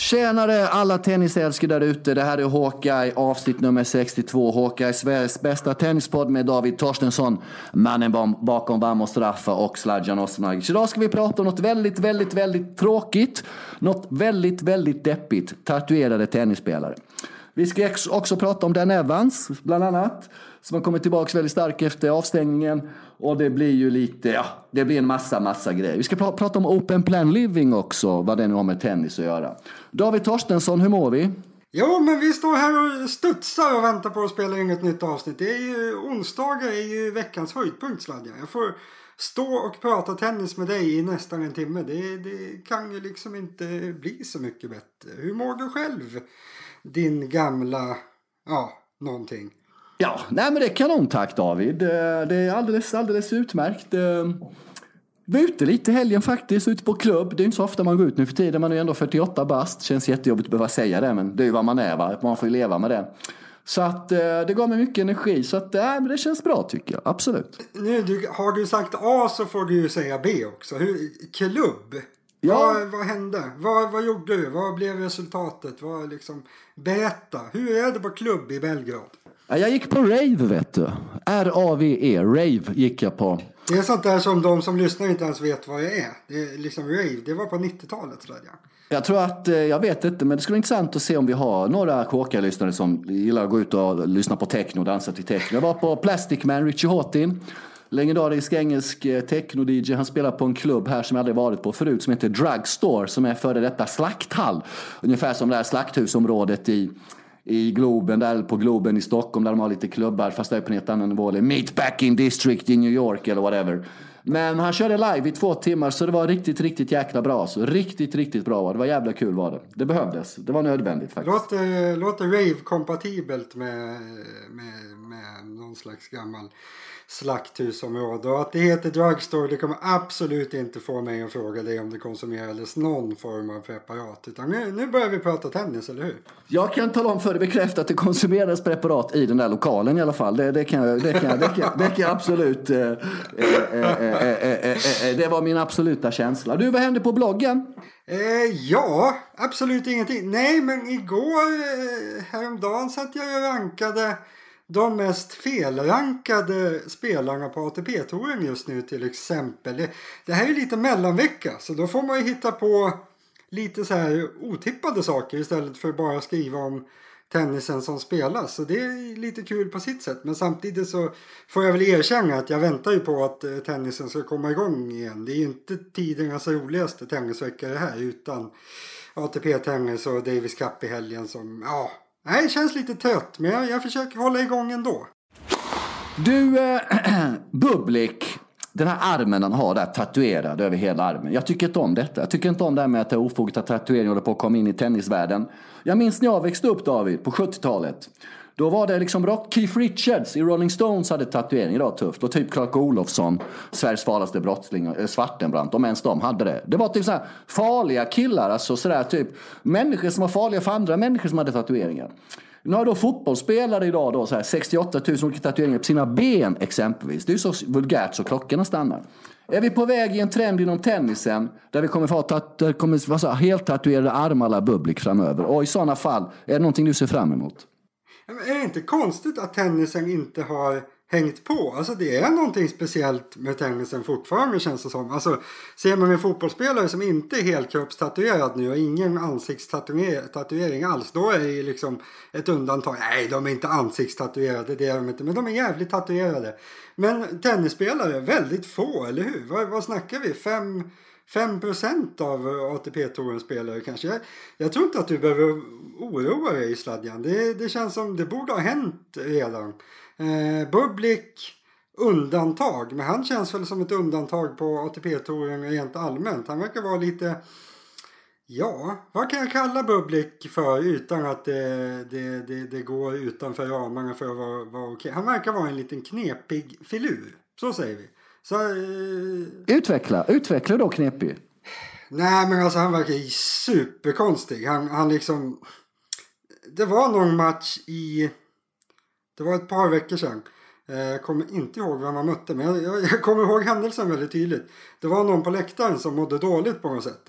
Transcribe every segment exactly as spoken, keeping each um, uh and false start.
Tjänare alla tennisälskare där ute. Det här är Hawkeye, avsnitt nummer sextiotvå. Hawkeye, Sveriges bästa tennispodd med David Torstensson, mannen bakom Vamos Rafa och Sladjan Osmanagic. Idag ska vi prata om något väldigt, väldigt, väldigt tråkigt. Något väldigt, väldigt deppigt. Tatuerade tennisspelare. Vi ska också prata om Dan Evans, bland annat, som har kommit tillbaka väldigt stark efter avstängningen. Och det blir ju lite, ja, det blir en massa, massa grejer. Vi ska pr- prata om Open Plan Living också, vad det nu har med tennis att göra. David Torstensson, hur mår vi? Jo, men vi står här och studsar och väntar på att spela in ett nytt avsnitt. Det är ju, onsdagar är ju veckans höjdpunkt, Sladja. Jag får stå och prata tennis med dig i nästan en timme. Det, det kan ju liksom inte bli så mycket bättre. Hur mår du själv? Din gamla, ja, någonting. Ja, nej men det är kanon, tack David. Det är alldeles, alldeles utmärkt. Vi är ute lite helgen faktiskt, ute på klubb. Det är inte så ofta man går ut nu för tiden. Man är ju ändå fyrtioåtta bast. Känns jättejobbigt att behöva säga det, men det är ju vad man är, va? Man får ju leva med det. Så att det gav mig mycket energi. Så att äh, men det känns bra, tycker jag. Absolut. Nu, du, har du sagt A så får du ju säga B också. Hur, klubb? Ja. Vad, vad hände? Vad, vad gjorde du? Vad blev resultatet? Vad liksom, berätta. Hur är det på klubb i Belgrad? Jag gick på rave, vet du. R A V E, rave gick jag på. Det är sånt där som de som lyssnar inte ens vet vad det är. Det är liksom rave, det var på nittiotalet, tror jag. Jag tror att, jag vet inte, men det skulle vara intressant att se om vi har några kåkarlyssnare som gillar att gå ut och lyssna på techno och dansa till techno. Jag var på Plastic Man, Richie Hawtin. Legendarisk engelsk techno-D J. Han spelar på en klubb här som jag aldrig varit på förut, som heter Drugstore, som är före detta slakthall. Ungefär som det här slakthusområdet i, i Globen, där på Globen i Stockholm, där de har lite klubbar, fast det är på en helt annan nivå. Meatpacking District i New York eller whatever. Men han körde live i två timmar, så det var riktigt, riktigt jäkla bra. Så riktigt, riktigt bra var det. Det var jävla kul var det. Det behövdes. Det var nödvändigt faktiskt. Låter, låter rave-kompatibelt med, med, med någon slags gammal slakthusområde. Och att det heter Drugstore, det kommer absolut inte få mig att fråga dig om det konsumerades någon form av preparat. Utan nu, nu börjar vi prata tennis, eller hur? Jag kan tala om för dig, bekräfta att det konsumerades preparat i den där lokalen i alla fall. Det, det, kan, jag, det, kan, jag, det, kan, det kan jag absolut... Eh, eh, eh, eh, eh, eh, det var min absoluta känsla. Du, vad hände på bloggen? Eh, ja, absolut ingenting. Nej, men igår, eh, häromdagen satt jag och rankade de mest felrankade spelarna på A T P-touren just nu, till exempel. Det, det här är lite mellanvecka, så då får man ju hitta på lite så här otippade saker istället för bara skriva om tennisen som spelas. Så det är lite kul på sitt sätt. Men samtidigt så får jag väl erkänna att jag väntar ju på att eh, tennisen ska komma igång igen. Det är ju inte tidernas roligaste tennisvecka det här, utan A T P-tennis och Davis Cup i helgen som, ja... Nej, det känns lite trött, men jag, jag försöker hålla igång ändå. Du, äh, Bublik, den här armen han har där tatuerad över hela armen. Jag tycker inte om detta. Jag tycker inte om det här med att det är ofoget att tatuering håller på att komma in i tennisvärlden. Jag minns när jag växte upp, David, på sjuttiotalet. Då var det liksom rock. Keith Richards i Rolling Stones hade tatuering, det var tufft. Och typ Clark Olofsson, Sveriges farligaste brottsling, äh, Svartenbrandt, om ens de hade det. Det var typ så här farliga killar, alltså sådär typ människor som var farliga för andra människor som hade tatueringar. Nu har då fotbollsspelare idag då så här sextioåtta tusen olika tatueringar på sina ben exempelvis. Det är ju så vulgärt så klockorna stannar. Är vi på väg i en trend inom tennisen där vi kommer få tat- där kommer vara så helt tatuerade armar alla Bublik framöver? Och i sådana fall, är det någonting du ser fram emot? Är det inte konstigt att tennisen inte har hängt på? Alltså det är någonting speciellt med tennisen fortfarande, känns det som. Alltså ser man en fotbollsspelare som inte är helkroppstatuerad nu och ingen ansiktstatuering alls, då är det liksom ett undantag. Nej, de är inte ansiktstatuerade, det är de inte, men de är jävligt tatuerade. Men tennisspelare, väldigt få, eller hur? Vad, vad snackar vi? Fem... fem procent av A T P-tourens spelare kanske. Jag, jag tror inte att du behöver oroa dig i Sladjan. Det, det känns som det borde ha hänt redan. Eh, Bublik undantag. Men han känns väl som ett undantag på A T P-touren rent allmänt. Han verkar vara lite... Ja, vad kan jag kalla Bublik för utan att det, det, det, det går utanför ramarna för att vara, vara okej. Han verkar vara en liten knepig filur. Så säger vi. Så, eh... Utveckla, utveckla då knepig. Nej, men alltså han verkar superkonstig. Han, han liksom... Det var någon match i... Det var ett par veckor sedan. Jag kommer inte ihåg vem man mötte, men jag, jag kommer ihåg händelsen väldigt tydligt. Det var någon på läktaren som mådde dåligt på något sätt.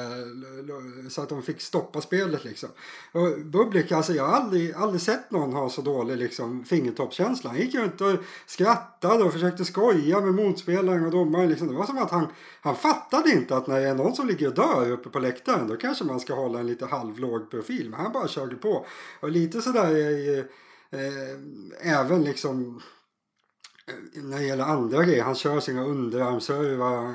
Eh, så att de fick stoppa spelet liksom. Och Bublik, alltså jag har aldrig, aldrig sett någon ha så dålig liksom, fingertoppskänsla. Han gick runt och skrattade och försökte skoja med motspelaren och domaren. Liksom. Det var som att han, han fattade inte att när det är någon som ligger och dör uppe på läktaren, då kanske man ska hålla en lite halvlåg profil. Men han bara körde på. Och lite sådär är eh, även liksom när det gäller andra grejer, han kör sina underarmsservar.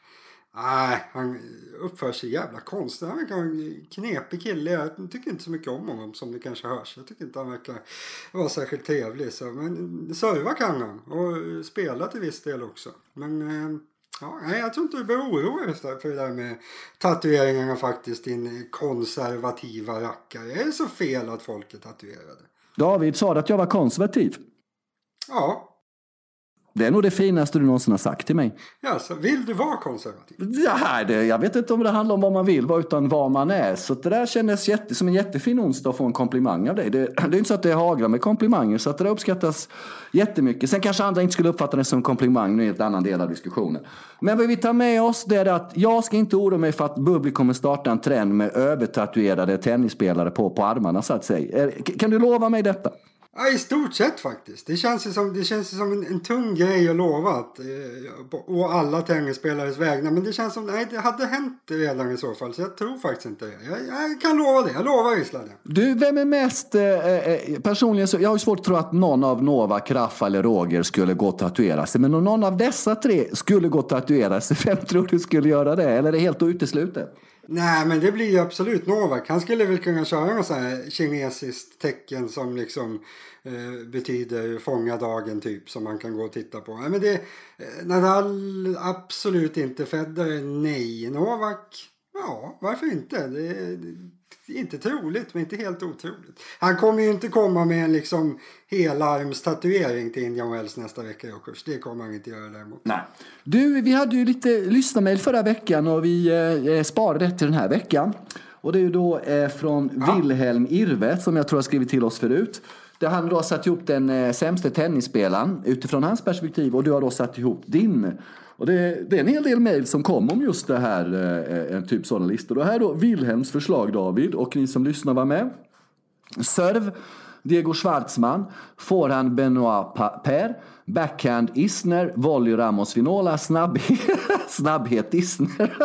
Nej, han uppför sig jävla konstigt. Han verkar en knepig kille. Jag tycker inte så mycket om honom som det kanske hörs. Jag tycker inte han verkar vara särskilt trevlig. Så. Men serva kan han. Och spela till viss del också. Men ja, jag tror inte du behöver oroa dig för det där med tatueringarna faktiskt. Din konservativa rackare. Det är så fel att folk är tatuerade. David sa att jag var konservativ. Ja. Det är nog det finaste du någonsin har sagt till mig. Ja, så vill du vara konservativ? Ja, det, jag vet inte om det handlar om vad man vill vara utan vad man är. Så det där kändes jätte, som en jättefin onsdag att få en komplimang av dig. Det, det är inte så att det är haglar med komplimanger, så att det där uppskattas jättemycket. Sen kanske andra inte skulle uppfatta det som komplimang, nu är det en annan del av diskussionen. Men vad vi tar med oss, det är att jag ska inte oroa mig för att Bublik kommer starta en trend med övertatuerade tennisspelare på, på armarna så att säga. Kan du lova mig detta? Ja, i stort sett faktiskt. Det känns ju som, det känns som en, en tung grej att lova att, eh, och alla tennisspelares vägnar. Men det känns som, nej, det hade hänt redan i så fall. Så jag tror faktiskt inte det. Jag, jag kan lova det. Jag lovar Island. Du, vem är mest, eh, personligen så, jag har ju svårt att tro att någon av Novak, Rafa eller Roger skulle gå och tatuera sig. Men om någon av dessa tre skulle gå och tatuera sig, vem tror du skulle göra det? Eller är det helt uteslutet? Nej, men det blir ju absolut Novak. Han skulle väl kunna köra något så här kinesiskt tecken som liksom eh, betyder fånga dagen typ, som man kan gå och titta på. Nej, men det, eh, Nadal absolut inte. Federer nej. Novak, ja, varför inte? Det, det är inte troligt, men inte helt otroligt. Han kommer ju inte komma med en liksom helarmstatuering till Indian Wells nästa vecka i årskurs. Det kommer han inte göra däremot. Nej. Du, vi hade ju lite lyssnarmail förra veckan och vi eh, sparade det till den här veckan. Och det är ju då eh, från ja. Wilhelm Irve, som jag tror har skrivit till oss förut. Där han då har satt ihop den eh, sämsta tennisspelaren utifrån hans perspektiv, och du har då satt ihop din. Och det, det är en hel del mejl som kom om just det här, eh, en typ sådana listor. Och här då Wilhelms förslag, David, och ni som lyssnar var med. Serv Diego Schwartzman, forehand Benoit Per, backhand Isner, volley Ramos Vinola, snabbhet, snabbhet Isner,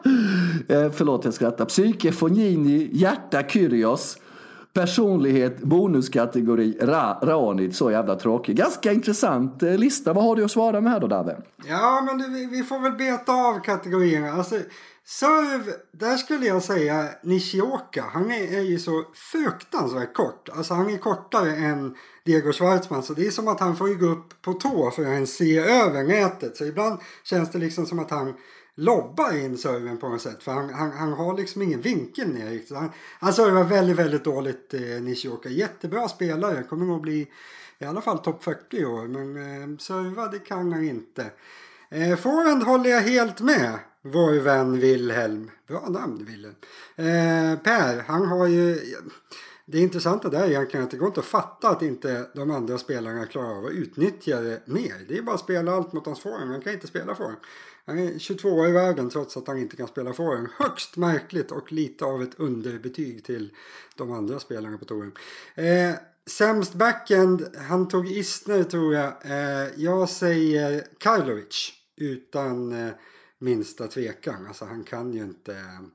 eh, förlåt jag skrattar, psyke Fognini, hjärta Kyrgios, personlighet bonuskategori Ra, Raonic, så jävla tråkig. Ganska intressant eh, lista. Vad har du att svara med här då, Dave? Ja, men du, vi, vi får väl beta av kategorierna. Alltså, serv, där skulle jag säga Nishioka. Han är, är ju så fruktansvärt kort. Alltså han är kortare än Diego Schwartzman. Så det är som att han får gå upp på tå för att han ser över nätet. Så ibland känns det liksom som att han lobbar in serven på något sätt. För han, han, han har liksom ingen vinkel ner. Han, han servar väldigt, väldigt dåligt, eh, Nishioka. Jättebra spelare. Kommer nog bli i alla fall topp fyrtio i år. Men eh, serva, det kan han inte. Eh, forehand håller jag helt med. Vår vän Wilhelm. Bra namn, Wilhelm. Eh, Per, han har ju... Det intressanta där är egentligen att det går inte att fatta att inte de andra spelarna klarar av att utnyttja det mer. Det är bara att spela allt mot hans forehand. Han kan inte spela forehand. Han är tjugotvå år i världen trots att han inte kan spela forehand. Högst märkligt och lite av ett underbetyg till de andra spelarna på touren. Eh, sämst backhand, han tog Isner tror jag. Eh, jag säger Karlovic utan eh, minsta tvekan. Alltså han kan ju inte,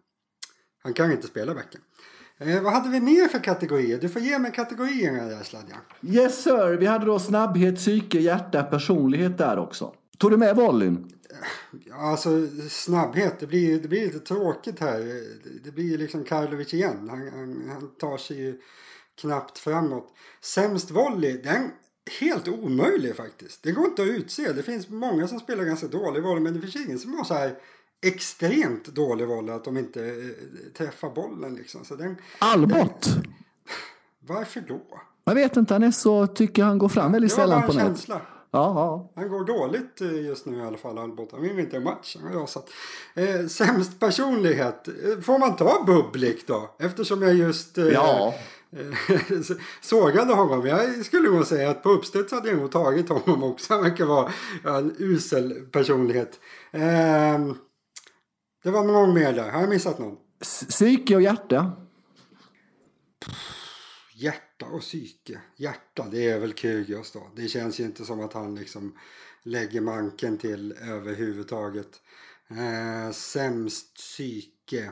han kan inte spela backhand. Eh, vad hade vi mer för kategorier? Du får ge mig kategorierna där, Sladja. Yes sir, vi hade då snabbhet, psyke, hjärta, personlighet där också. Tog du med volleyn? Alltså snabbhet, det blir, det blir lite tråkigt här. Det blir liksom Karlovic igen. Han, han, han tar sig ju knappt framåt. Sämst volley, den är helt omöjlig faktiskt. Det går inte att utse. Det finns många som spelar ganska dålig volley, men det finns ingen som har så här extremt dålig volley att de inte äh, träffar bollen liksom. Så den, Albert? Den, varför då? Jag vet inte, han är så, tycker han går fram väldigt sällan på nät. Känsla. Ja, ja. Han går dåligt just nu i alla fall, Albert. Han vinner inte en match. Han har rasat. Eh, sämst personlighet. Får man ta Bublik då? Eftersom jag just... Eh, ja. sågade honom. Jag skulle nog säga att på uppstöds hade jag nog tagit honom också. Han verkar vara en usel personlighet. Eh, det var någon mer där. Har jag missat någon? Psyke och hjärta. Hjärta och psyke. Hjärta, det är väl Kyrgios då. Det känns ju inte som att han liksom lägger manken till överhuvudtaget. Eh, sämst psyke.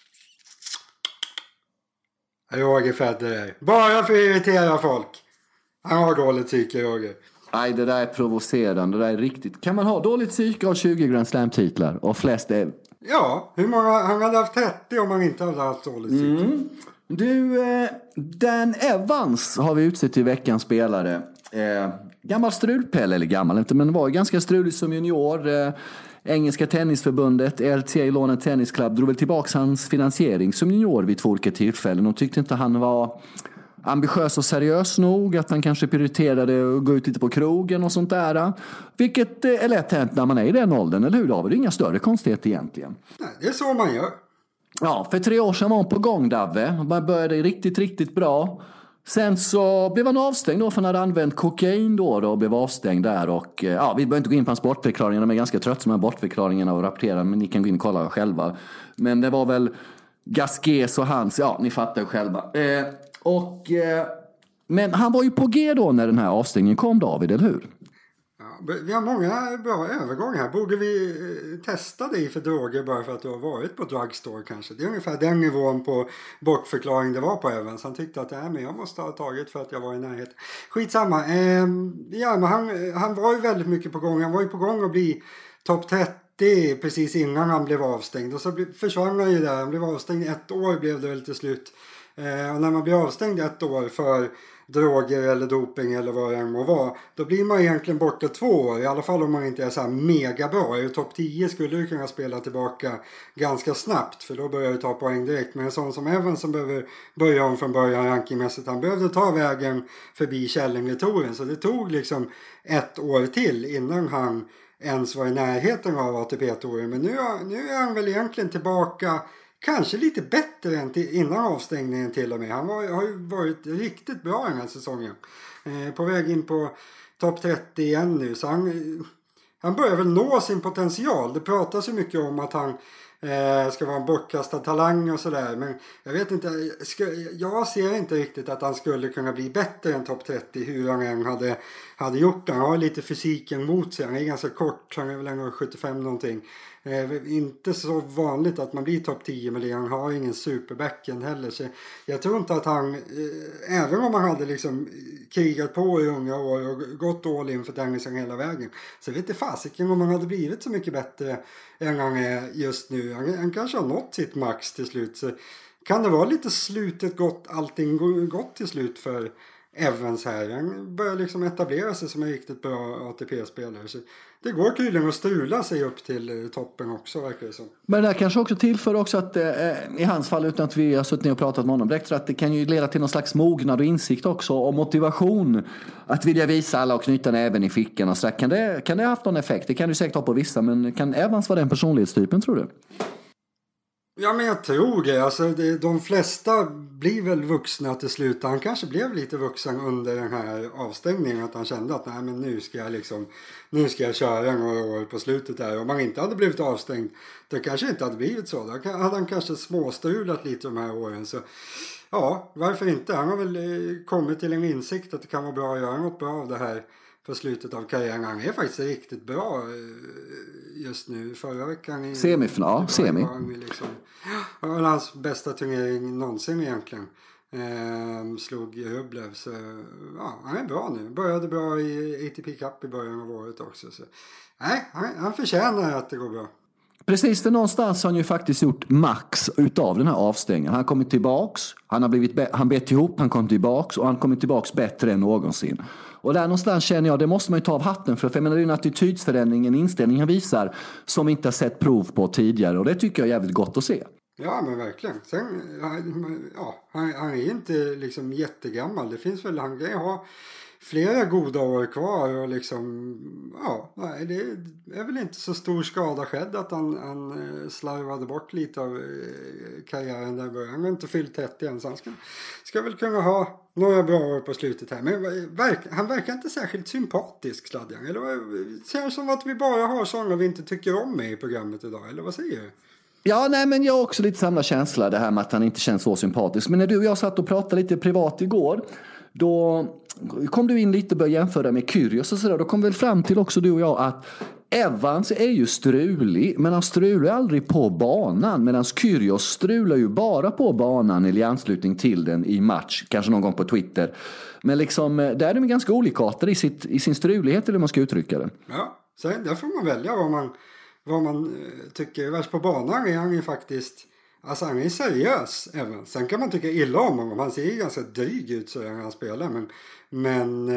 Roger Federer. Bara för att irritera folk. Han har dåligt psyke, Roger. Nej, det där är provocerande. Det där är riktigt. Kan man ha dåligt psyke och tjugo Grand Slam-titlar? Och flest är... Ja, hur många? Han hade haft trettio om han inte hade haft dåligt psyke. Mm. Du, eh, Dan Evans har vi utsett till veckans spelare. Eh, gammal strulpelle, eller gammal inte, men var ganska strulig som junior. Eh, Engelska tennisförbundet, L T A London Tennis Club, drog väl tillbaka hans finansiering som junior vid två olika tillfällen och tyckte inte han var ambitiös och seriös nog, att han kanske prioriterade att gå ut lite på krogen och sånt där. Vilket är lätt hänt när man är i den åldern, eller hur David? Det är inga större konstigheter egentligen. Nej, det är så man gör. Ja, för tre år sedan var han på gång, Davve. Man började riktigt, riktigt bra. Sen så blev han avstängd då, för han hade använt kokain då, då och blev avstängd där. Och ja, vi behöver inte gå in på hans bortförklaringar, de är ganska trött som de här bortförklaringarna och rapportera, men ni kan gå in och kolla själva. Men det var väl Gasquez och hans, ja, ni fattar ju själva. Eh, och, eh, men han var ju på G då när den här avstängningen kom, David, eller hur? Ja, vi har många bra övergångar här. Borde vi testa dig för droger bara för att du har varit på drugstore kanske? Det är ungefär den nivån på bortförklaring det var på Evans. Han tyckte att det här med jag måste ha tagit för att jag var i närhet. Skitsamma. Eh, ja, men han, han var ju väldigt mycket på gång. Han var ju på gång att bli topp trettio precis innan han blev avstängd. Och så försvann han ju där. Han blev avstängd ett år blev det väl till slut. Eh, och när man blir avstängd ett år för droger eller doping eller vad det än må vara, då blir man egentligen borta två år, i alla fall om man inte är så här mega bra. I topp tio skulle du kunna spela tillbaka ganska snabbt, för då börjar du ta poäng direkt. Men en sån som Evans som behöver börja om från början rankingmässigt, han behövde ta vägen förbi Källingetouren, så det tog liksom ett år till innan han ens var i närheten av A T P-touren. Men nu, nu är han väl egentligen tillbaka kanske lite bättre än till, innan avstängningen till och med. Han var, har ju varit riktigt bra den här säsongen. Eh, på väg in på topp trettio igen nu. Så han, han börjar väl nå sin potential. Det pratas ju mycket om att han eh, ska vara en bortkastad talang och sådär. Men jag vet inte. Ska, jag ser inte riktigt att han skulle kunna bli bättre än topp trettio. Hur han än hade, hade gjort det. Han har lite fysiken mot sig. Han är ganska kort. Han är väl en sjuttiofem någonting. Eh, inte så vanligt att man blir topp tio med det. Han har ingen superbacken heller. Så jag tror inte att han, eh, även om han hade liksom krigat på i unga år och gått all in för tennisen hela vägen, så vet inte fasiken om han hade blivit så mycket bättre än han är just nu. Han, han kanske har nått sitt max till slut. Så kan det vara lite slutet gott, allting gott till slut för Evans här. Han börjar liksom etablera sig som en riktigt bra A T P-spelare. Så det går tydligen att strula sig upp till toppen också, verkar det som. Men det här kanske också tillför också att eh, i hans fall, utan att vi har suttit ner och pratat med honom direkt, att det kan ju leda till någon slags mognad och insikt också och motivation att vilja visa alla och knyta näven i fickan och så. Kan det, kan det ha haft någon effekt? Det kan du säkert ha på vissa, men kan Evans vara den personlighetstypen, tror du? Ja, men jag tror det. Alltså, det, de flesta blir väl vuxna till slut. Han kanske blev lite vuxen under den här avstängningen. Att han kände att nej, men nu ska jag liksom, nu ska jag köra några år på slutet där. Om han inte hade blivit avstängd, det kanske inte hade blivit så. Då hade han kanske småstrulat lite de här åren. Så ja, varför inte? Han har väl kommit till en insikt att det kan vara bra att göra något bra av det här på slutet av karriären. Han är faktiskt riktigt bra just nu. Förra veckan i semifinal, ja, semi. Liksom, det var hans bästa turnering någonsin egentligen. Ehm, slog Rublev, så ja, han är bra nu. Började bra i A T P Cup i början av året också. Så nej, han, han förtjänar att det går bra. Precis, för någonstans har han ju faktiskt gjort max utav den här avstängningen. Han har kommit tillbaks, han har blivit be- han bet ihop, han kom tillbaks och han kommit tillbaks bättre än någonsin. Och där någonstans känner jag, det måste man ju ta av hatten för. För jag menar, det är en attitydsförändring, en inställning han visar som vi inte har sett prov på tidigare. Och det tycker jag är jävligt gott att se. Ja, men verkligen. Sen, ja, han, han är inte liksom jättegammal. Det finns väl, han kan ha flera goda år kvar och liksom, ja, nej, det är väl inte så stor skada skedd att han, han slarvade bort lite av karriären där i början. Han har inte fyllt trettio än, så han ska, ska väl kunna ha några bra år på slutet här. Men verk, han verkar inte särskilt sympatisk, Sladjan. Eller ser det som att vi bara har sådana vi inte tycker om med i programmet idag, eller vad säger du? Ja, nej, men jag har också lite samma känsla det här med att han inte känns så sympatisk. Men när du och jag satt och pratade lite privat igår, då kom du in lite och började jämföra med Kyrgios och sådär. Då kom väl fram till också du och jag att Evans är ju strulig, men han strular aldrig på banan. Medan Kyrgios strular ju bara på banan eller i anslutning till den i match, kanske någon gång på Twitter. Men liksom, där är de ganska olikartade i, sitt, i sin strulighet, eller hur man ska uttrycka det. Ja, så där får man välja vad man, vad man tycker är värst. På banan är han ju faktiskt, alltså han är seriös även. Sen kan man tycka illa om honom. Han ser ju ganska dryg ut så när han spelar. Men, men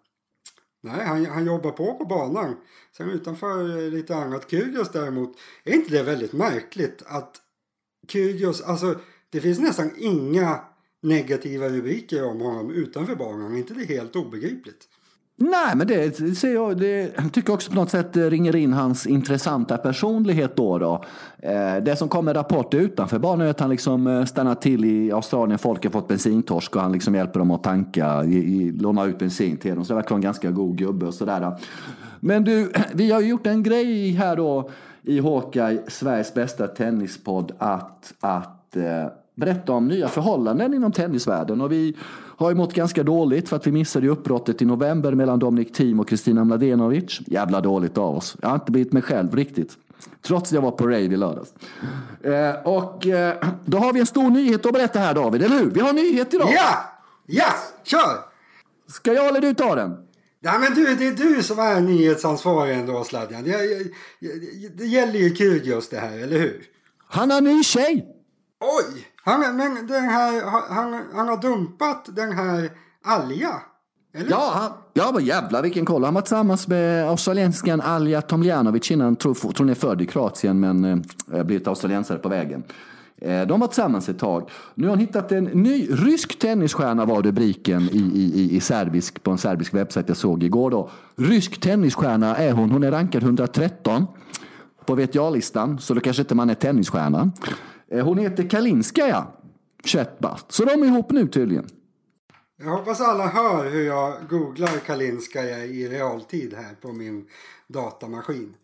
nej, han, han jobbar på på banan. Sen utanför lite annat. Kyrgios däremot, är inte det väldigt märkligt att Kyrgios, alltså det finns nästan inga negativa rubriker om honom utanför banan. Är inte det helt obegripligt? Nej, men det, det ser jag, det tycker jag också på något sätt ringer in hans intressanta personlighet då. då. Eh, det som kommer rapport utanför banan är att han liksom stannar till i Australien. Folk har fått bensintorsk och han liksom hjälper dem att tanka, i, i, låna ut bensin till dem. Så det verkar en ganska god gubbe och sådär. Men du, vi har ju gjort en grej här då i Hawkeye, Sveriges bästa tennispodd, att, att eh, berätta om nya förhållanden inom tennisvärlden. Och vi har ju mått ganska dåligt för att vi missade uppbrottet i november mellan Dominic Thiem och Kristina Mladenovic. Jävla dåligt av oss. Jag har inte blivit mig själv riktigt. Trots att jag var på rave i lördags. Eh, och eh, då har vi en stor nyhet att berätta här, David, eller hur? Vi har en nyhet idag. Ja! Ja! Kör! Ska jag eller du ta den? Ja, men du, det är du som är nyhetsansvarig ändå, Sladjan. Det, det, det gäller ju Kyrgios det här, eller hur? Han har en ny tjej! Oj! Han, men den här, han, han har dumpat den här Alja, eller? Ja, han, ja, vad jävla vilken koll. Han var tillsammans med australienskan Alja Tomljanovic innan, tror, tror hon är född i Kroatien, men eh, blivit australiensare på vägen. Eh, de var tillsammans ett tag. Nu har han hittat en ny rysk tennisstjärna, var rubriken i, i, i serbisk, på en serbisk webbsajt jag såg igår då. Rysk tennisstjärna är hon. Hon är rankad hundratretton på V T A-listan, så då kanske inte man är tennisstjärna. Hon heter Kalinskaja, tjugoett bast. Så de är ihop nu tydligen. Jag hoppas alla hör hur jag googlar Kalinskaja i realtid här på min datamaskin.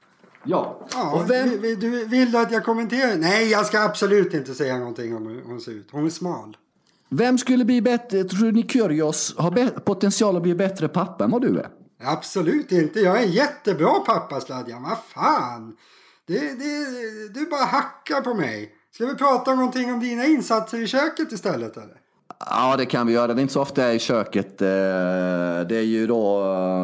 Ja. Ja, och vem... vill, du, vill du att jag kommenterar? Nej, jag ska absolut inte säga någonting om hur hon ser ut. Hon är smal. Vem skulle bli bättre? Tror ni Kyrgios har be- potential att bli bättre pappa än vad du är? Absolut inte. Jag är en jättebra pappa, Sladjan. Vad fan? Det, det, du bara hackar på mig. Ska vi prata om någonting om dina insatser i köket istället, eller? Ja, det kan vi göra. Det är inte så ofta jag är i köket. Det är ju då...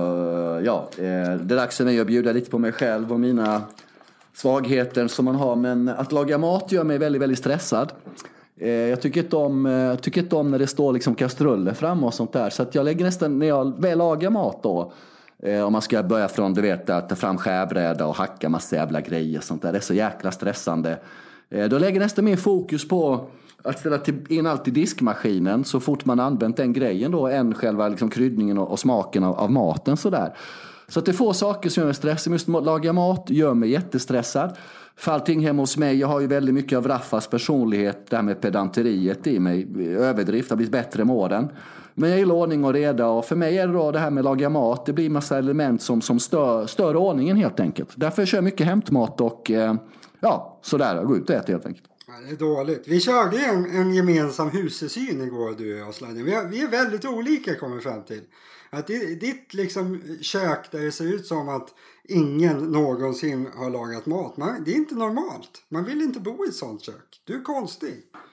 Ja, det är dags för mig att bjuda lite på mig själv och mina svagheter som man har. Men att laga mat gör mig väldigt, väldigt stressad. Jag tycker inte om, jag tycker inte om när det står liksom kastruller fram och sånt där. Så att jag lägger nästan, när jag väl lagar mat då, om man ska börja från, du vet, att ta fram skärbräda och hacka massa jävla grejer och sånt där. Det är så jäkla stressande. Då lägger nästan mer fokus på att ställa in allt i diskmaskinen så fort man använt den grejen då, än själva liksom kryddningen och, och smaken av, av maten sådär. Så att det får saker som gör mig stressad. Just laga mat gör mig jättestressad. För allting hemma hos mig, jag har ju väldigt mycket av Raffas personlighet, det här med pedanteriet i mig. Överdrift har blivit bättre med åren. Men jag gillar ordning och reda, och för mig är det då det här med laga mat. Det blir massa element som, som stör, stör ordningen helt enkelt. Därför kör jag mycket hämtmat och eh, ja, sådär, gå ut och äta helt enkelt. Ja, det är dåligt. Vi körde en, en gemensam husesyn igår, du och jag, Sladden. Vi, vi är väldigt olika, kommer fram till. Att det, ditt liksom kök där det ser ut som att ingen någonsin har lagat mat. Man, det är inte normalt. Man vill inte bo i ett sånt kök. Du är konstig.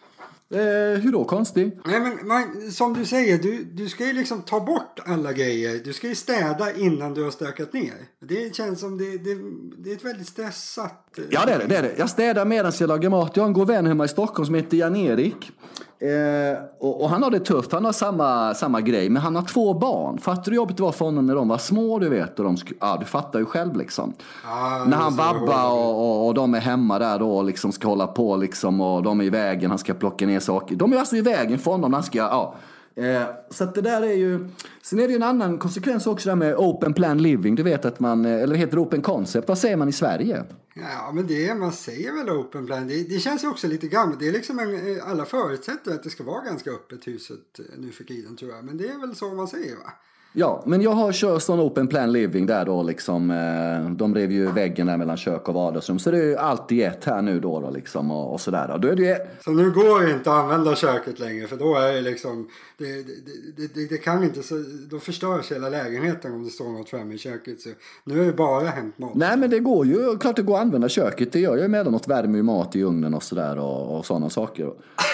Eh, hur då konstig? Nej, men man, som du säger, du, du ska ju liksom ta bort alla grejer. Du ska ju städa innan du har stökat ner. Det känns som det, det, det är ett väldigt stressat... Ja, det är det, det är det. Jag städar medan jag lagar mat. Jag har en god vän hemma i Stockholm som heter Jan-Erik. Eh, och, och han har det tufft. Han har samma, samma grej. Men han har två barn. Fattar du jobbet var för honom när de var små, du vet. Och de sk- ja, du fattar ju själv liksom. Ah, när han vabbar och, och, och de är hemma där då och liksom ska hålla på liksom. Och de är i vägen, han ska plocka ner saker. De är alltså i vägen för honom. Han ska, ja, Eh, så att det där är ju... Sen är det ju en annan konsekvens också där med open plan living. Du vet att man... Eller heter open concept. Vad säger man i Sverige? Ja, men det är, man säger väl open plan. Det, det känns ju också lite gammalt. Det är liksom en, alla förutsätter att det ska vara ganska öppet huset nu för tiden, tror jag. Men det är väl så man säger, va? Ja, men jag har kört sån open plan living där då liksom. Eh, de rev ju väggen där mellan kök och vardagsrum. Så det är ju alltid ett här nu då, då liksom och, och sådär. Då. Då är det ju... Så nu går det inte att använda köket längre, för då är det liksom... Det, det, det, det kan inte så... Då förstörs hela lägenheten om det står något framme i köket. Så nu är det bara hämtmat. Nej, men det går ju... Klart det går att använda köket. Det gör jag ju emellanåt. Värmer ju mat i ugnen och sådär och, och sådana saker.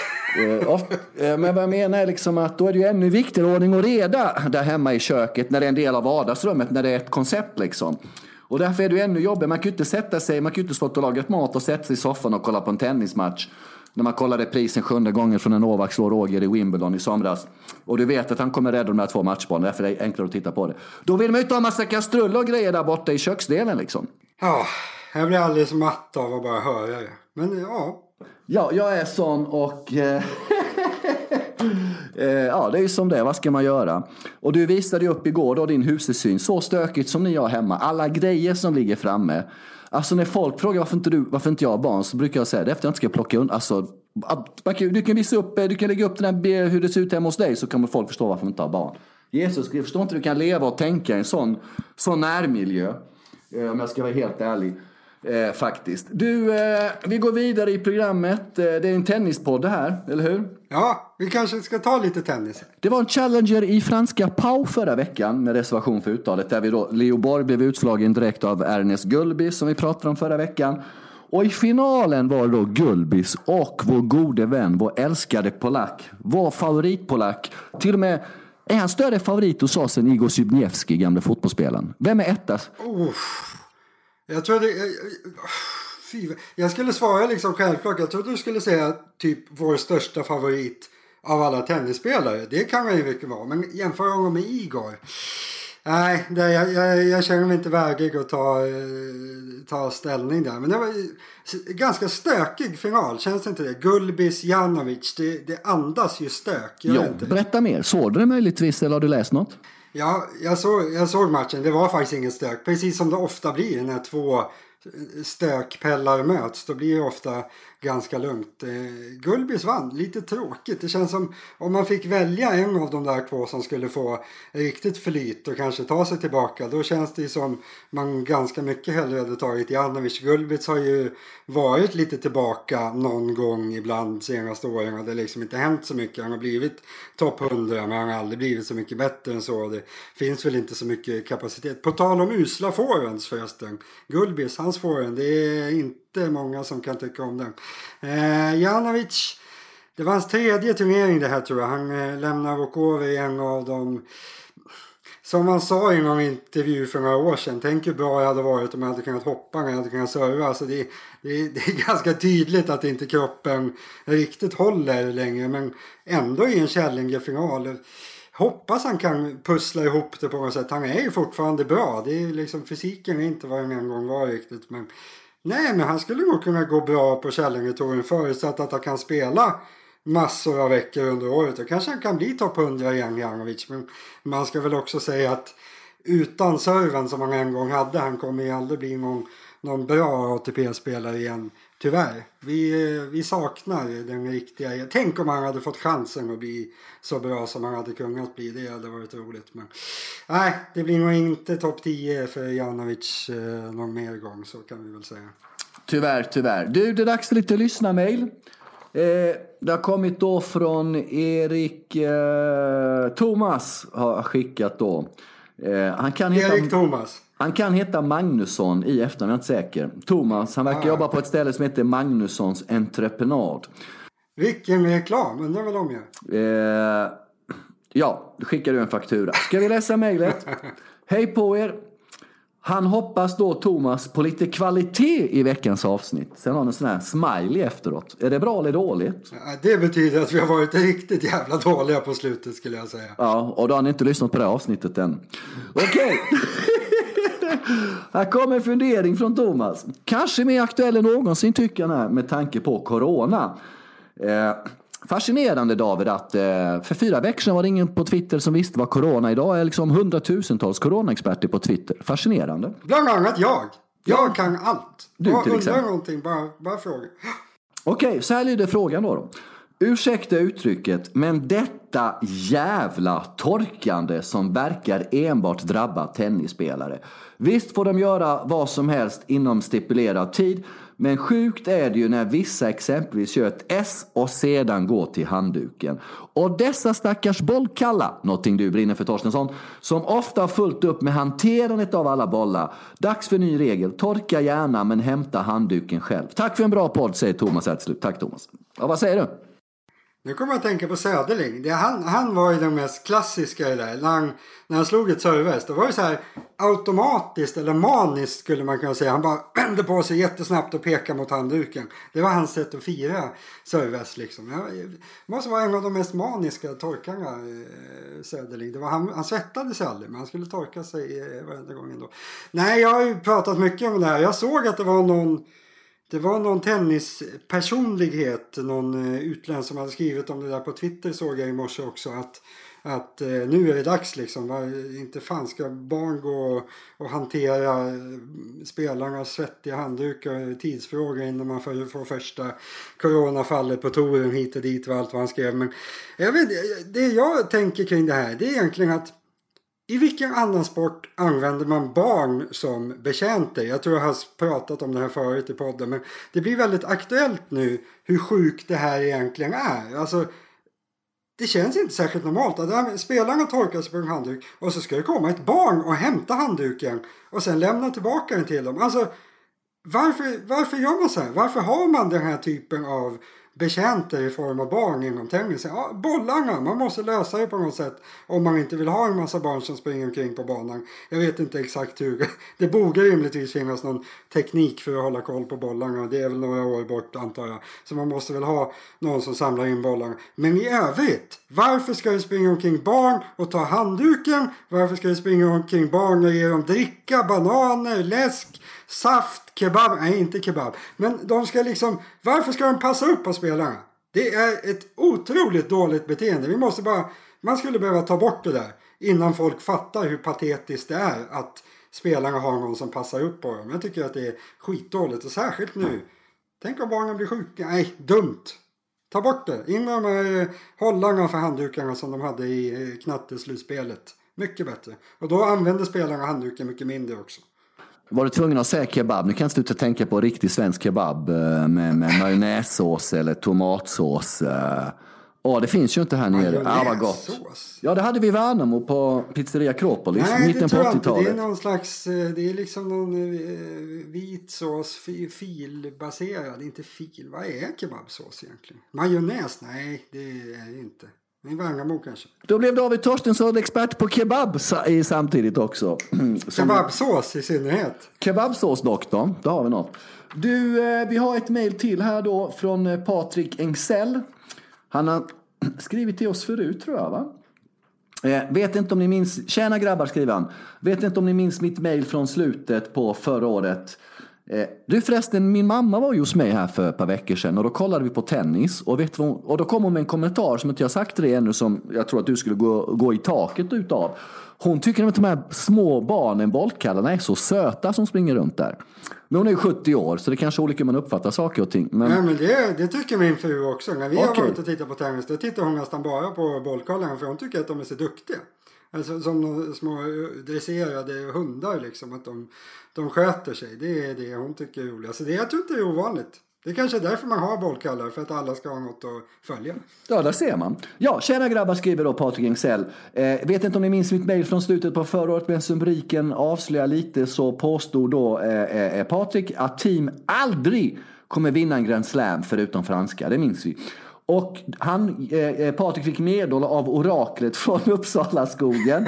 Men vad jag menar är liksom att då är det ju ännu viktigare ordning och reda där hemma i köket när det är en del av vardagsrummet, när det är ett koncept liksom. Och därför är det ju ännu jobbigt. Man kan ju inte sätta sig, man kan ju inte stå och laga mat och sätta sig i soffan och kolla på en tennismatch. När man kollar reprisen sjunde gången från en Novak slår Roger i Wimbledon i somras. Och du vet att han kommer rädda de här två matchbollarna, därför är det enklare att titta på det. Då vill man ju inte ha massa kastruller och grejer där borta i köksdelen liksom. Ja, jag blir alldeles matt av att bara höra det. Men ja... Ja, jag är sån och... Eh, ja, det är ju som det. Vad ska man göra? Och du visade ju upp igår då din husesyn. Så stökigt som ni har hemma. Alla grejer som ligger framme. Alltså när folk frågar varför inte, du, varför inte jag har barn, så brukar jag säga det efter jag inte ska plocka undan. Alltså, du kan visa upp, du kan lägga upp den här, hur det ser ut hemma hos dig, så kan folk förstå varför man inte har barn. Jesus, jag förstår inte hur du kan leva och tänka i en sån, sån närmiljö. Om jag ska vara helt ärlig. Eh, faktiskt. Du, eh, vi går vidare i programmet. Eh, det är en tennispodd här, eller hur? Ja, vi kanske ska ta lite tennis. Det var en challenger i franska Pau förra veckan med reservation för uttalet. Där vi då, Leo Borg blev utslagen direkt av Ernest Gulbis som vi pratade om förra veckan. Och i finalen var det då Gulbis och vår gode vän, vår älskade polack, vår favoritpolack. Till och med är han större favorit hos oss än Igor Zbigniewski, gamla fotbollsspelaren. Vem är ettas? Oh. Jag tror det... Jag, fy, jag skulle svara liksom självklart. Jag trodde du skulle säga typ vår största favorit av alla tennisspelare. Det kan man ju mycket vara. Men jämför honom med Igor. Nej, det, jag, jag, jag känner mig inte värdig att ta, ta ställning där. Men det var ganska stökig final, känns det inte det? Gulbis, Janovic, det, det andas ju stök. Jo, berätta mer. Såg du det möjligtvis eller har du läst något? Ja, jag såg, jag såg matchen. Det var faktiskt ingen stök. Precis som det ofta blir när två stökpellar möts. Då blir det ofta ganska lugnt. Eh, Gulbis vann. Lite tråkigt. Det känns som om man fick välja en av de där två som skulle få riktigt flyt och kanske ta sig tillbaka. Då känns det som man ganska mycket hellre hade tagit Janovic. Gulbis har ju varit lite tillbaka någon gång ibland senaste åren. Det har liksom inte hänt så mycket. Han har blivit topp hundra, men han har aldrig blivit så mycket bättre än så. Det finns väl inte så mycket kapacitet. På tal om usla forehands förresten. Gulbis, hans forehand, det är inte många som kan tycka om den. Eh, Janovic, det var hans tredje turnering det här, tror jag. Han eh, lämnar walkover i en av dem. Som han sa i någon intervju för några år sedan. Tänk hur bra jag hade varit om jag hade kunnat hoppa, när jag hade kunnat serva. Alltså det, det, det är ganska tydligt att inte kroppen riktigt håller längre. Men ändå i en Challenger-final. Hoppas han kan pussla ihop det på något sätt. Han är ju fortfarande bra. Det är liksom, fysiken är inte vad den en gång var riktigt. Men nej, men han skulle nog kunna gå bra på Challenger-touren förutsatt att han kan spela massor av veckor under året. Och kanske han kan bli topp hundra igen, Janovic. Men man ska väl också säga att utan serven som han en gång hade, han kommer ju aldrig bli någon, någon bra A T P-spelare igen. Tyvärr. Vi, vi saknar den riktiga. Tänk om han hade fått chansen att bli så bra som han hade kunnat bli. Det hade varit roligt. Men nej, det blir nog inte topp tio för Janovic eh, någon mer gång, så kan vi väl säga. Tyvärr, tyvärr. Du, det är dags för lite lyssna-mail. Eh, det har kommit då från Erik eh, Thomas har skickat då. Eh, han kan heta, Erik Thomas. Han kan heta Magnusson i efternamn, jag är inte säker. Thomas, han verkar ah. jobba på ett ställe som heter Magnussons entreprenad. Vilken reklam, undrar vad de gör. Eh, ja, skickar du en faktura. Ska vi läsa mejlet? Hej på er. Han hoppas då, Thomas, på lite kvalitet i veckans avsnitt. Sen har han en sån här smiley efteråt. Är det bra eller dåligt? Ja, det betyder att vi har varit riktigt jävla dåliga på slutet, skulle jag säga. Ja, och då har ni inte lyssnat på det här avsnittet än. Okej. Okay. Här kommer en fundering från Thomas. Kanske mer aktuell än någonsin, tycker jag, med tanke på corona. Eh, Fascinerande, David, att eh, för fyra veckor sedan var det ingen på Twitter som visste vad corona idag är. Liksom hundratusentals coronaexperter på Twitter. Fascinerande. Bland annat jag. Jag ja. kan allt. Du jag till exempel. Undrar någonting, bara, bara fråga. Okej, okay, så här lyder frågan då, då. Ursäkta uttrycket, men detta jävla torkande som verkar enbart drabba tennisspelare. Visst får de göra vad som helst inom stipulerad tid, men sjukt är det ju när vissa exempelvis gör ett S och sedan går till handduken. Och dessa stackars bollkalla, någonting du brinner för, Torstensson, som ofta har fullt upp med hanterandet av alla bollar. Dags för ny regel, torka gärna men hämta handduken själv. Tack för en bra podd, säger Thomas här till slut. Tack Thomas. Ja, vad säger du? Nu kommer jag att tänka på Söderling. Det, han, han var ju den mest klassiska i det där. När han, när han slog ett serveväst. Då var det så här automatiskt eller maniskt skulle man kunna säga. Han bara vände på sig jättesnabbt och pekade mot handduken. Det var hans sätt att fira serveväst liksom. Det måste vara en av de mest maniska torkarna, eh, Söderling. Det var han, han svettade sig aldrig, men han skulle torka sig eh, varenda gång ändå. Nej, jag har ju pratat mycket om det här. Jag såg att det var någon... Det var någon tennispersonlighet, någon utländsk som hade skrivit om det där på Twitter, såg jag i morse också, att, att eh, nu är det dags liksom. Va? Inte fan ska barn gå och, och hantera spelarnas svettiga handdukar, tidsfrågor innan man får, får första coronafallet på touren hit och dit och allt vad han skrev. Men jag vet, det jag tänker kring det här, det är egentligen att i vilken annan sport använder man barn som betjänter? Jag tror jag har pratat om det här förut i podden. Men det blir väldigt aktuellt nu hur sjukt det här egentligen är. Alltså, det känns inte särskilt normalt. Att spelarna torkar sig på en handduk och så ska det komma ett barn och hämta handduken och sen lämna tillbaka den till dem. Alltså, varför, varför gör man så här? Varför har man den här typen av betjänter i form av barn inom tennisen? Ja, bollarna, man måste lösa det på något sätt om man inte vill ha en massa barn som springer omkring på banan. Jag vet inte exakt hur. Det borde rimligtvis finnas någon teknik för att hålla koll på bollarna. Det är väl några år bort, antar jag. Så man måste väl ha någon som samlar in bollarna. Men i övrigt, varför ska det springa omkring barn och ta handduken? Varför ska det springa omkring barn och ge dem dricka, bananer, läsk, saft, kebab? Nej, inte kebab. Men de ska liksom, varför ska de passa upp på spelarna? Det är ett otroligt dåligt beteende. Vi måste bara, man skulle behöva ta bort det där innan folk fattar hur patetiskt det är att spelarna har någon som passar upp på dem. Jag tycker att det är skitdåligt, och särskilt nu. Tänk om barnen blir sjuka. Nej, dumt. Ta bort det. In med de här hållarna för handdukarna som de hade i knatteslutspelet. Mycket bättre. Och då använder spelarna handduken mycket mindre också. Var du tvungen att säga kebab? Nu kan jag sluta tänka på riktig svensk kebab med, med majonnässås eller tomatsås. Ja, det finns ju inte här nere. Ja, vad gott. Ja, det hade vi i Värnamo på Pizzeria Akropolis. Nej, mitten det tror jag på inte. Det är någon slags, det är liksom någon vit sås, filbaserad. Inte fil. Vad är kebabsås egentligen? Majonnäs? Nej, det är det inte. Men Värnamo kanske. Då blev David Torstensson expert på kebab i samtidigt också. Kebabsås i synnerhet. Kebabsåsdoktorn, då har vi något. Du, vi har ett mejl till här då från Patrik Engsell. Han har skrivit till oss förut, tror jag, va? Eh, vet inte om ni minns, tjäna grabbar, skriver han. Vet inte om ni minns mitt mejl från slutet på förra året. Eh, du förresten, min mamma var ju hos mig här för ett par veckor sedan och då kollade vi på tennis. Och, vet vad, och då kom hon med en kommentar som inte jag sagt till dig ännu, som jag tror att du skulle gå, gå i taket utav. Hon tycker att de här små barnen, bollkallarna, är så söta som springer runt där. Men hon är ju sjuttio år, så det är kanske olika man uppfattar saker och ting. Men... Ja, men det, det tycker min fru också. När vi okay. har varit och tittat på tennis, då tittar hon nästan bara på bollkallarna, för hon tycker att de är så duktiga. Alltså som de små dresserade hundar liksom, att de, de sköter sig. Det är det hon tycker är roligt. Alltså det, jag tror inte det är ovanligt. Det är kanske därför man har bollkallar, för att alla ska ha något att följa. Ja, där ser man. Ja, tjena grabbar, skriver då Patrik Engsell. Eh, vet inte om ni minns mitt mejl från slutet på förra året, men som rubriken avslöjar lite, så påstod då eh, eh, Patrik att team aldrig kommer vinna en Grand Slam förutom franska. Det minns vi. Och han, eh, Patrik fick medhåll av oraklet från Uppsala skogen.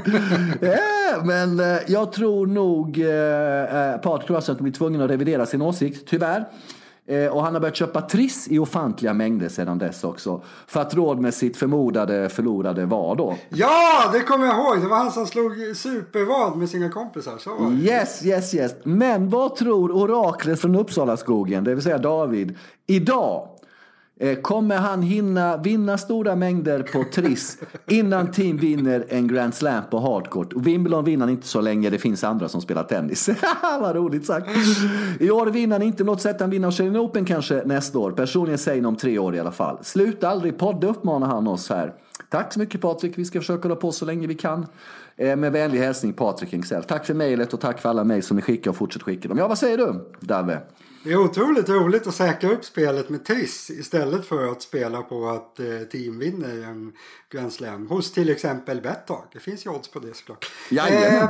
eh, men eh, jag tror nog eh, Patrik tror alltså att de blir tvungna att revidera sin åsikt, tyvärr. Eh, och han har börjat köpa triss i ofantliga mängder sedan dess också. För att råd med sitt förmodade förlorade var då. Ja, det kommer jag ihåg. Det var han som slog supervad med sina kompisar. Så var det. Yes, yes, yes. Men vad tror oraklet från Uppsala skogen, det vill säga David, idag? Kommer han hinna vinna stora mängder på Triss innan team vinner en Grand Slam på hardcourt? Och Wimbledon vinner han inte så länge det finns andra som spelar tennis. Vad roligt sagt. I år vinner han inte något sätt. Han vinner Australian Open kanske nästa år. Personligen säger om tre år i alla fall. Sluta aldrig podda, uppmanar han oss här. Tack så mycket Patrik. Vi ska försöka hålla på så länge vi kan. Med vänlig hälsning Patrik Engsell. Tack för mejlet och tack för alla mejl som ni skickar och fortsätter skicka dem. Ja, vad säger du, Dave? Det är otroligt roligt att säkra upp spelet med Triss istället för att spela på att eh, team vinner en Grand Slam hos till exempel Betthard. Det finns ju odds på det såklart. Eh,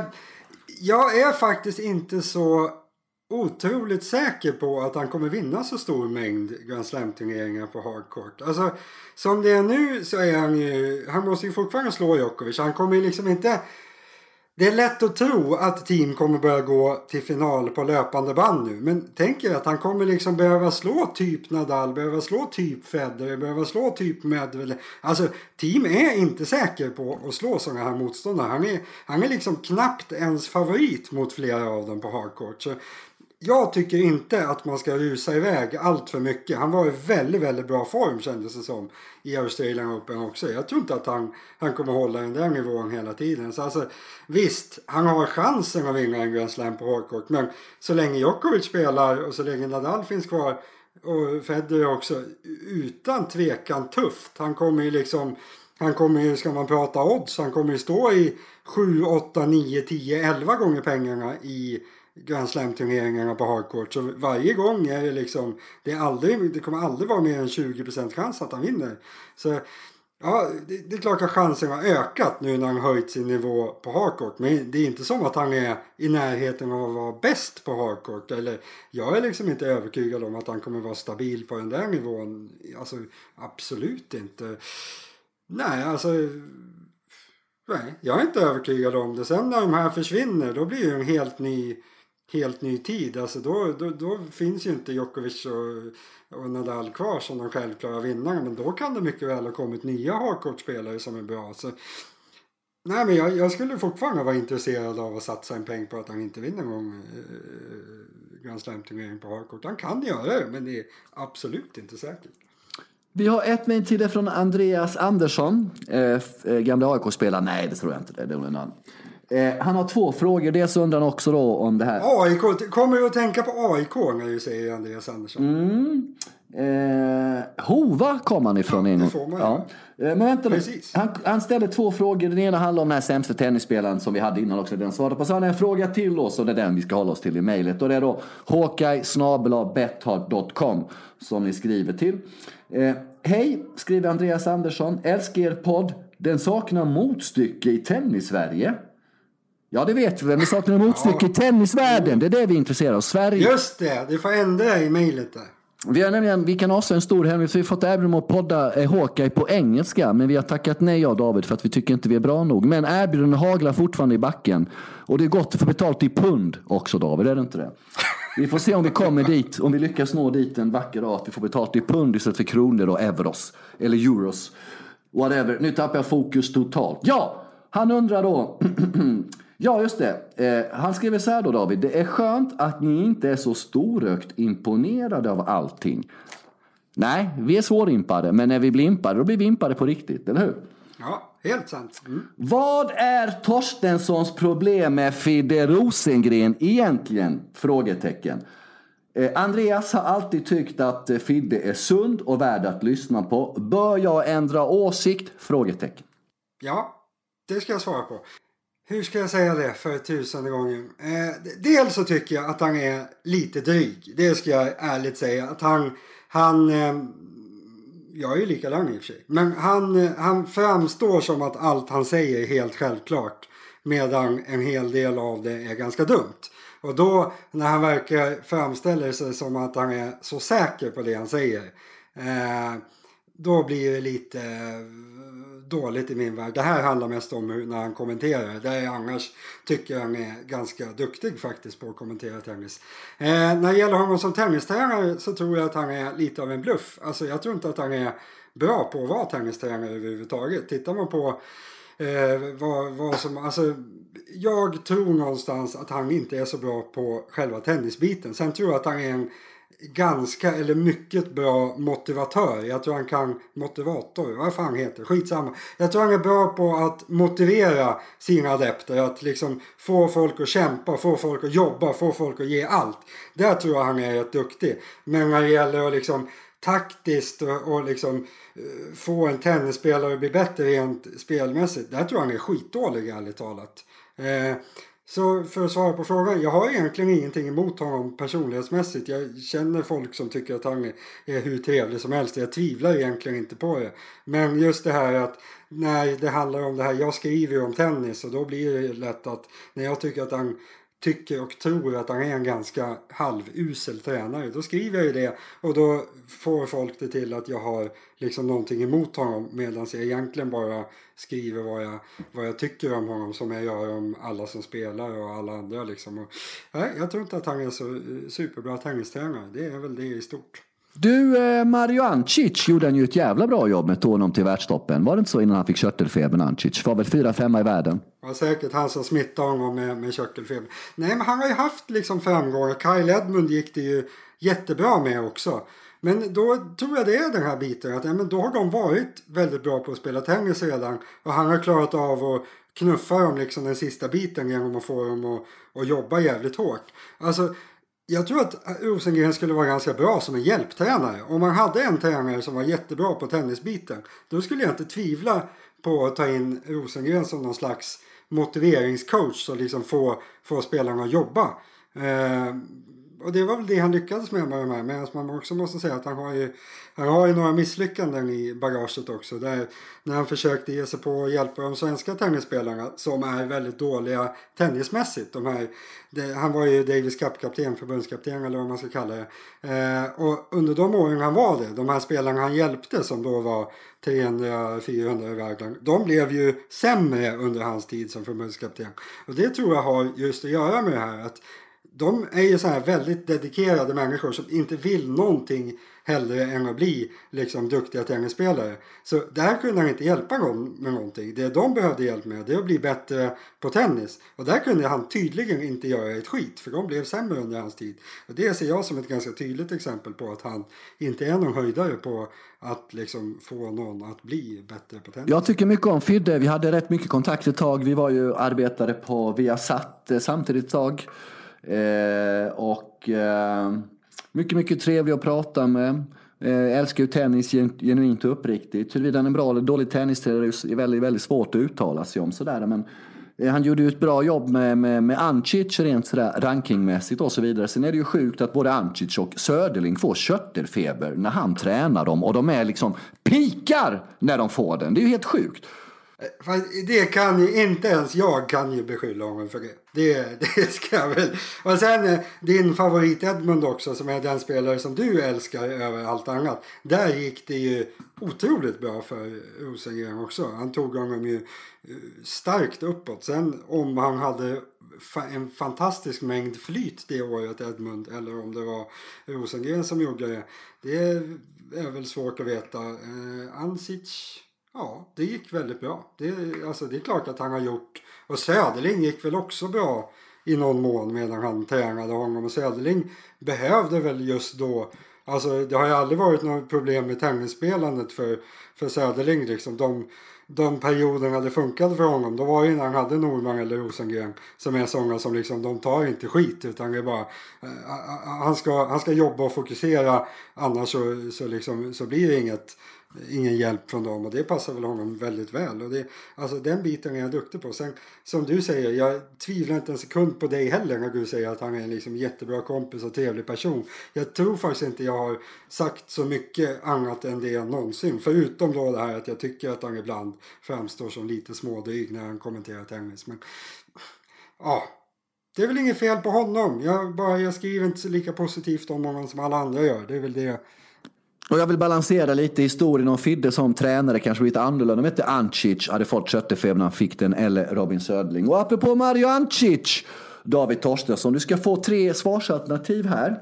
jag är faktiskt inte så otroligt säker på att han kommer vinna så stor mängd Grand Slam-turneringar på hardcourt. Alltså, som det är nu så är han ju, han måste ju fortfarande slå Djokovic. Han kommer ju liksom inte... Det är lätt att tro att team kommer börja gå till final på löpande band nu. Men tänk er att han kommer liksom behöva slå typ Nadal, behöva slå typ Federer, behöva slå typ Medvedev. Alltså team är inte säker på att slå sådana här motståndare. Han är, han är liksom knappt ens favorit mot flera av dem på hardcourt. Så jag tycker inte att man ska rusa iväg allt för mycket. Han var i väldigt, väldigt bra form kändes det som i Australian Open också. Jag tror inte att han, han kommer hålla den där nivån hela tiden. Så alltså, visst, han har chansen att vinna en Grand Slam på hardcourt. Men så länge Djokovic spelar och så länge Nadal finns kvar och Federer också, utan tvekan tufft. Han kommer ju liksom, han kommer ju, ska man prata odds, han kommer ju stå i sju, åtta, nio, tio, elva gånger pengarna i Grand Slam-turneringarna på hardcourt. Så varje gång är det liksom, det, är aldrig, det kommer aldrig vara mer än tjugo procent chans att han vinner. Så ja, det, det är klart att chansen har ökat nu när han höjt sin nivå på hardcourt. Men det är inte som att han är i närheten av att vara bäst på hardcourt. Eller jag är liksom inte övertygad om att han kommer vara stabil på den där nivån. Alltså absolut inte. Nej, alltså... Nej, jag är inte övertygad om det. Sen när de här försvinner, då blir det en helt ny, helt ny tid. Alltså då, då, då finns ju inte Djokovic och, och Nadal kvar som de självklara vinnarna. Men då kan det mycket väl ha kommit nya hardcourt-spelare som är bra. Så, nej, men jag, jag skulle fortfarande vara intresserad av att satsa en peng på att han inte vinner en gång eh, Grand Slam-turnering på hardcourt. Han kan göra det, men det är absolut inte säkert. Vi har ett mejl till det från Andreas Andersson, eh, gamla A I K-spelare. Nej, det tror jag inte. Det, det är en annan. Eh, han har två frågor. Dels undrar han också då om det här. A I K, kommer du att tänka på A I K när du säger Andreas Andersson? Mm. Eh, Hova kom han ifrån. Ja, en det får man ja. eh, Men vänta då. Han, han ställde två frågor. Den ena handlar om den här sämsta tennisspelaren som vi hade innan också. Den svarade på. Så han har en fråga till oss och det är den vi ska hålla oss till i mejlet. Och det är då hawkeye snabel-a betthard dot com som ni skriver till. Eh, Hej, skriver Andreas Andersson. Älskar er podd. Den saknar motstycke i tennis-Sverige. Ja, det vet vi väl. Vi saknar motstycke ja. i tennisvärlden. Det är det vi är intresserade av. Sverige. Just det, du får ändra i mejlet där. Vi har nämligen, vi kan avslöja en stor hemlighet. Vi har fått erbjudande att podda eh, Hawkeye på engelska. Men vi har tackat nej, jag och David, för att vi tycker inte vi är bra nog. Men erbjudanden haglar fortfarande i backen. Och det är gott att få betalt i pund också, David. Är det inte det? Vi får se om vi kommer dit, om vi lyckas nå dit en vacker dag, att vi får betalt i pund istället för kronor och euros. Eller euros. Whatever. Nu tappar jag fokus totalt. Ja, han undrar då... Ja, just det. Eh, han skriver så här då, David. Det är skönt att ni inte är så storökt imponerade av allting. Nej, vi är svårimpade. Men när vi blir impade, då blir vi impade på riktigt. Eller hur? Ja, helt sant. Mm. Vad är Torstenssons problem med Fidde Rosengren egentligen? Frågetecken. Eh, Andreas har alltid tyckt att Fidde är sund och värd att lyssna på. Bör jag ändra åsikt? Frågetecken. Ja, det ska jag svara på. Hur ska jag säga det för tusende gången? Eh, dels så tycker jag att han är lite dryg. Det ska jag ärligt säga. Att han... han eh, jag är ju lika lång i och för sig. Men han, han framstår som att allt han säger är helt självklart. Medan en hel del av det är ganska dumt. Och då när han verkar framställa sig som att han är så säker på det han säger. Eh, då blir det lite... dåligt i min värld. Det här handlar mest om hur, när han kommenterar. Det är annars tycker jag han är ganska duktig faktiskt på att kommentera tennis. Eh, när det gäller honom som tennistränare så tror jag att han är lite av en bluff. Alltså jag tror inte att han är bra på att vara tennistränare överhuvudtaget. Tittar man på eh, vad, vad som... Alltså, jag tror någonstans att han inte är så bra på själva tennisbiten. Sen tror jag att han är en ganska eller mycket bra motivatör. Jag tror han kan motivator, vad fan heter, skitsamma. Jag tror han är bra på att motivera sina adepter, att liksom få folk att kämpa, få folk att jobba, få folk att ge allt. Där tror jag han är rätt duktig. Men när det gäller att liksom taktiskt och, och liksom uh, få en tennisspelare att bli bättre rent spelmässigt, där tror jag han är skitdålig, ärligt talat. Uh, Så för att svara på frågan, jag har egentligen ingenting emot honom personlighetsmässigt. Jag känner folk som tycker att han är hur trevlig som helst. Jag tvivlar egentligen inte på det. Men just det här att när det handlar om det här, jag skriver ju om tennis och då blir det lätt att när jag tycker att han tycker och tror att han är en ganska halvusel tränare, då skriver jag ju det och då får folk det till att jag har liksom någonting emot honom, medan jag egentligen bara skriver vad jag, vad jag tycker om honom, som jag gör om alla som spelar och alla andra liksom. Och, nej, jag tror inte att han är så superbra tennistränare, det är väl det i stort. Du, eh, Mario Ancic gjorde han ju ett jävla bra jobb med att ta honom till världstoppen. Var det inte så innan han fick körtelfeber, Ancic? Var väl fyra, femma i världen? Det var säkert han som smittade honom med, med körtelfeber. Nej, men han har ju haft liksom framgångar. Kyle Edmund gick det ju jättebra med också. Men då tror jag det är den här biten. Att, ja, men då har de varit väldigt bra på att spela tennis redan. Och han har klarat av att knuffa dem liksom den sista biten genom att få dem att, att jobba jävligt hårt. Alltså... Jag tror att Rosengren skulle vara ganska bra som en hjälptränare. Om man hade en tränare som var jättebra på tennisbiten, då skulle jag inte tvivla på att ta in Rosengren som någon slags motiveringscoach och liksom få, få spelarna att jobba. Eh, och det var väl det han lyckades med med de här. Men man också måste säga att han har ju, han har ju några misslyckanden i bagaget också. Där, när han försökte ge sig på att hjälpa de svenska tennisspelarna som är väldigt dåliga tennismässigt. De här, det, han var ju Davis Cup-kapten, förbundskapten eller vad man ska kalla det. Eh, och under de åren han var det, de här spelarna han hjälpte som då var trehundra till fyrahundra i världen, de blev ju sämre under hans tid som förbundskapten. Och det tror jag har just att göra med det här att de är ju så här väldigt dedikerade människor som inte vill någonting hellre än att bli liksom duktiga tennisspelare. Så där kunde han inte hjälpa dem med någonting. Det de behövde hjälp med, det är att bli bättre på tennis. Och där kunde han tydligen inte göra ett skit, för de blev sämre under hans tid. Och det ser jag som ett ganska tydligt exempel på att han inte är någon höjdare på att liksom få någon att bli bättre på tennis. Jag tycker mycket om Fidde. Vi hade rätt mycket kontakt ett tag. Vi var ju arbetare på Viasat samtidigt ett tag. Eh, och eh, mycket mycket trevlig att prata med. eh, älskar ju tennis genuint och uppriktigt. Huruvida han är en bra eller dålig tennistränare är väldigt, väldigt svårt att uttala sig om sådär, men eh, han gjorde ju ett bra jobb med, med, med Ancic rent sådär rankingmässigt och så vidare. Sen är det ju sjukt att både Ancic och Söderling får körtelfeber när han tränar dem, och de är liksom pikar när de får den. Det är ju helt sjukt. Det kan ju inte ens jag kan ju beskylla honom för det. Det, det ska jag väl. Och sen din favorit Edmund också, som är den spelare som du älskar över allt annat. Där gick det ju otroligt bra för Rosengren också. Han tog honom ju starkt uppåt. Sen om han hade en fantastisk mängd flyt det året, Edmund, eller om det var Rosengren som gjorde det, det är väl svårt att veta. eh, Ancic, ja, det gick väldigt bra. Det, alltså, det är klart att han har gjort. Och Söderling gick väl också bra i någon mån medan han tränade honom. Och Söderling behövde väl just då. Alltså det har ju aldrig varit något problem med tennisspelandet för, för Söderling. Liksom. De, de perioderna det funkade för honom, då var det när han hade Norman eller Rosengren som är sådana som liksom, de tar inte skit, utan det är bara uh, han, ska, han ska jobba och fokusera, annars så, så, liksom, så blir det inget ingen hjälp från dem, och det passar väl honom väldigt väl. Och det, alltså den biten är jag duktig på. Sen som du säger, jag tvivlar inte en sekund på dig heller när du säger att han är en liksom jättebra kompis och trevlig person. Jag tror faktiskt inte jag har sagt så mycket annat än det någonsin, förutom då det här att jag tycker att han ibland framstår som lite smådryg när han kommenterar tennis. Men ja, det är väl inget fel på honom. Jag, bara, jag skriver inte lika positivt om honom som alla andra gör. Det är väl det. Och jag vill balansera lite historien om Fidde som tränare, kanske lite annorlunda. De hette Ancic, hade fått köttefeber när han fick den, eller Robin Söderling. Och apropå Mario Ancic, David Torstensson, du ska få tre svarsalternativ här.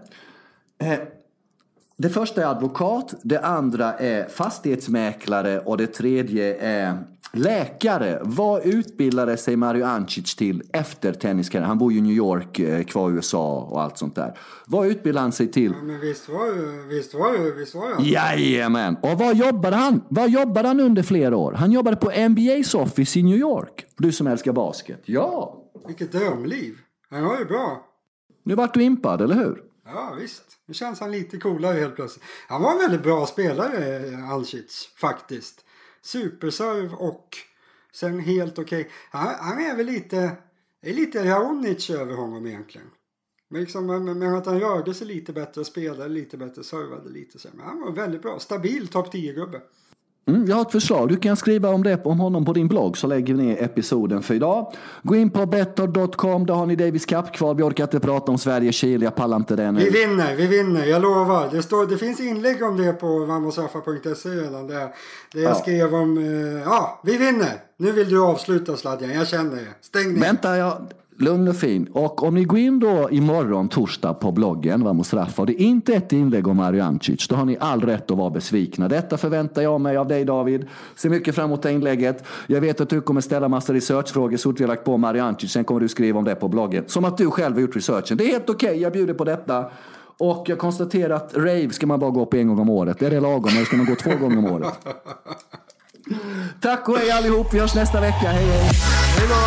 Det första är advokat, det andra är fastighetsmäklare och det tredje är Läkare, vad utbildade sig Mario Ancic till efter tenniskarriären? Han bor ju i New York, kvar i U S A och allt sånt där. Vad utbildade han sig till? Ja, men visst var det, visst var det, visst var det. Jajamän! Och vad jobbade han? Vad jobbade han under flera år? Han jobbade på N B A's office i New York. Du som älskar basket. Ja! Vilket drömliv. Han var ju bra. Nu vart du impad, eller hur? Ja, visst. Nu känns han lite coolare helt plötsligt. Han var en väldigt bra spelare, Ancic, faktiskt. Superserv och sen helt okej. Okay. Han, han är väl lite, är lite Raonic över honom egentligen. Men, liksom, men att han rörde sig lite bättre och spelade lite bättre, servade lite sen. Men han var väldigt bra. Stabil topp tio-gubbe. Mm, jag har ett förslag. Du kan skriva om det om honom på din blogg, så lägger vi ner episoden för idag. Gå in på better dot com, där har ni Davis Cup kvar. Vi orkar inte prata om Sverige, Chile, jag pallar inte det nu. Vi vinner, vi vinner, jag lovar. Det, står, det finns inlägg om det på vamosaffa punkt se redan. Där, där jag ja. skrev om, uh, ja, vi vinner. Nu vill du avsluta, Sladjan, jag känner det. Stäng ner. Vänta, jag... Lugn och fin. Och om ni går in då imorgon torsdag på bloggen Vamos Raffa, och det är inte ett inlägg om Mario Ancic, då har ni all rätt att vara besvikna. Detta förväntar jag mig av dig, David. Ser mycket fram emot det inlägget. Jag vet att du kommer ställa massa researchfrågor så vi har lagt på Mario Ancic. Sen kommer du skriva om det på bloggen. Som att du själv har gjort researchen. Det är helt okej, okay. Jag bjuder på detta. Och jag konstaterar att rave ska man bara gå på en gång om året. Är det lagom eller ska man gå två gånger om året? Tack och hej allihop. Vi hörs nästa vecka. Hej hej. Hej då.